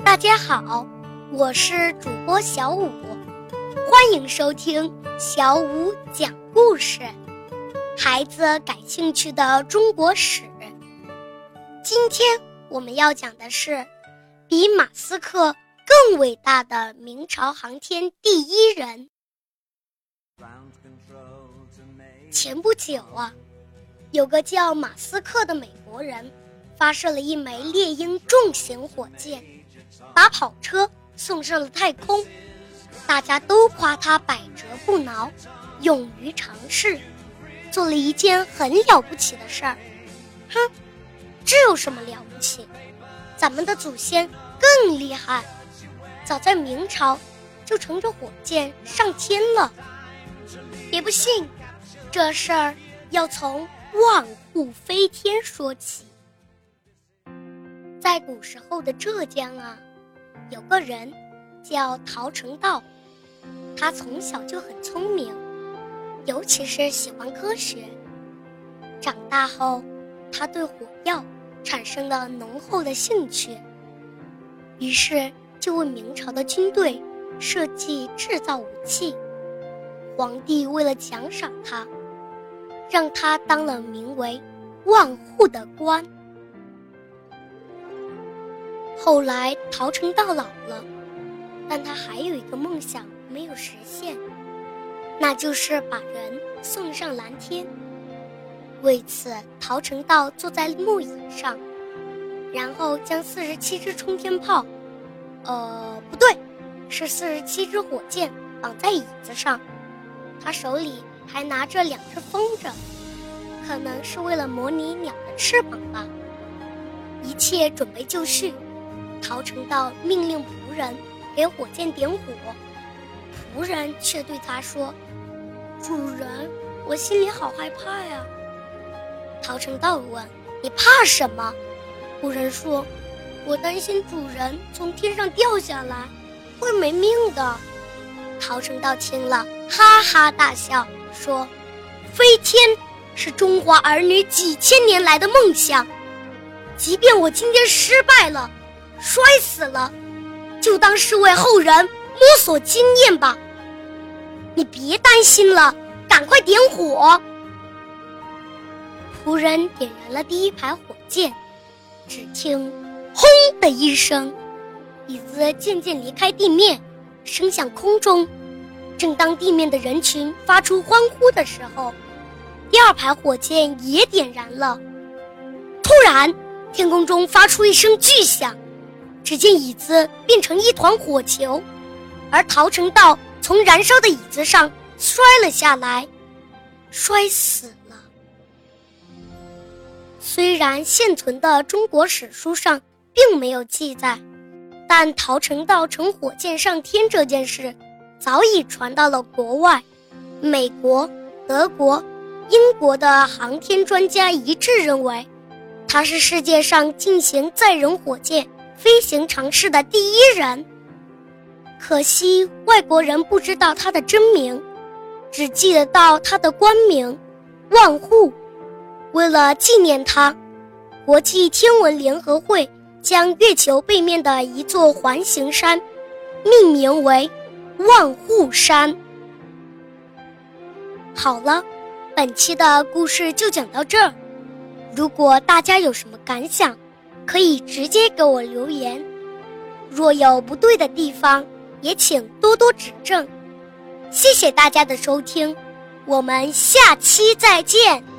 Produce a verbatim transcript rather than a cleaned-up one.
大家好，我是主播小五，欢迎收听小五讲故事，孩子感兴趣的中国史。今天我们要讲的是比马斯克更伟大的明朝航天第一人。前不久啊，有个叫马斯克的美国人发射了一枚猎鹰重型火箭，把跑车送上了太空，大家都夸他百折不挠，勇于尝试，做了一件很了不起的事儿。哼，这有什么了不起？咱们的祖先更厉害，早在明朝就乘着火箭上天了。别不信，这事儿要从万户飞天说起。在古时候的浙江啊，有个人叫陶成道，他从小就很聪明，尤其是喜欢科学。长大后，他对火药产生了浓厚的兴趣，于是就为明朝的军队设计制造武器。皇帝为了奖赏他，让他当了名为万户的官。后来陶成道老了，但他还有一个梦想没有实现，那就是把人送上蓝天。为此，陶成道坐在木椅上，然后将四十七支冲天炮，呃，不对，是四十七支火箭绑在椅子上。他手里还拿着两只风筝，可能是为了模拟鸟的翅膀吧。一切准备就绪，陶成道命令仆人给火箭点火，仆人却对他说：“主人，我心里好害怕呀。”陶成道问：“你怕什么？”仆人说：“我担心主人从天上掉下来，会没命的。”陶成道听了哈哈大笑，说：“飞天是中华儿女几千年来的梦想，即便我今天失败了，摔死了，就当是为后人摸索经验吧。你别担心了，赶快点火。”仆人点燃了第一排火箭，只听轰的一声，椅子渐渐离开地面，升向空中。正当地面的人群发出欢呼的时候，第二排火箭也点燃了。突然，天空中发出一声巨响，只见椅子变成一团火球，而陶成道从燃烧的椅子上摔了下来，摔死了。虽然现存的中国史书上并没有记载，但陶成道乘火箭上天这件事早已传到了国外。美国、德国、英国的航天专家一致认为，他是世界上进行载人火箭飞行尝试的第一人。可惜外国人不知道他的真名，只记得到他的官名万户。为了纪念他，国际天文联合会将月球背面的一座环形山命名为万户山。好了，本期的故事就讲到这儿。如果大家有什么感想，可以直接给我留言，若有不对的地方，也请多多指正。谢谢大家的收听，我们下期再见。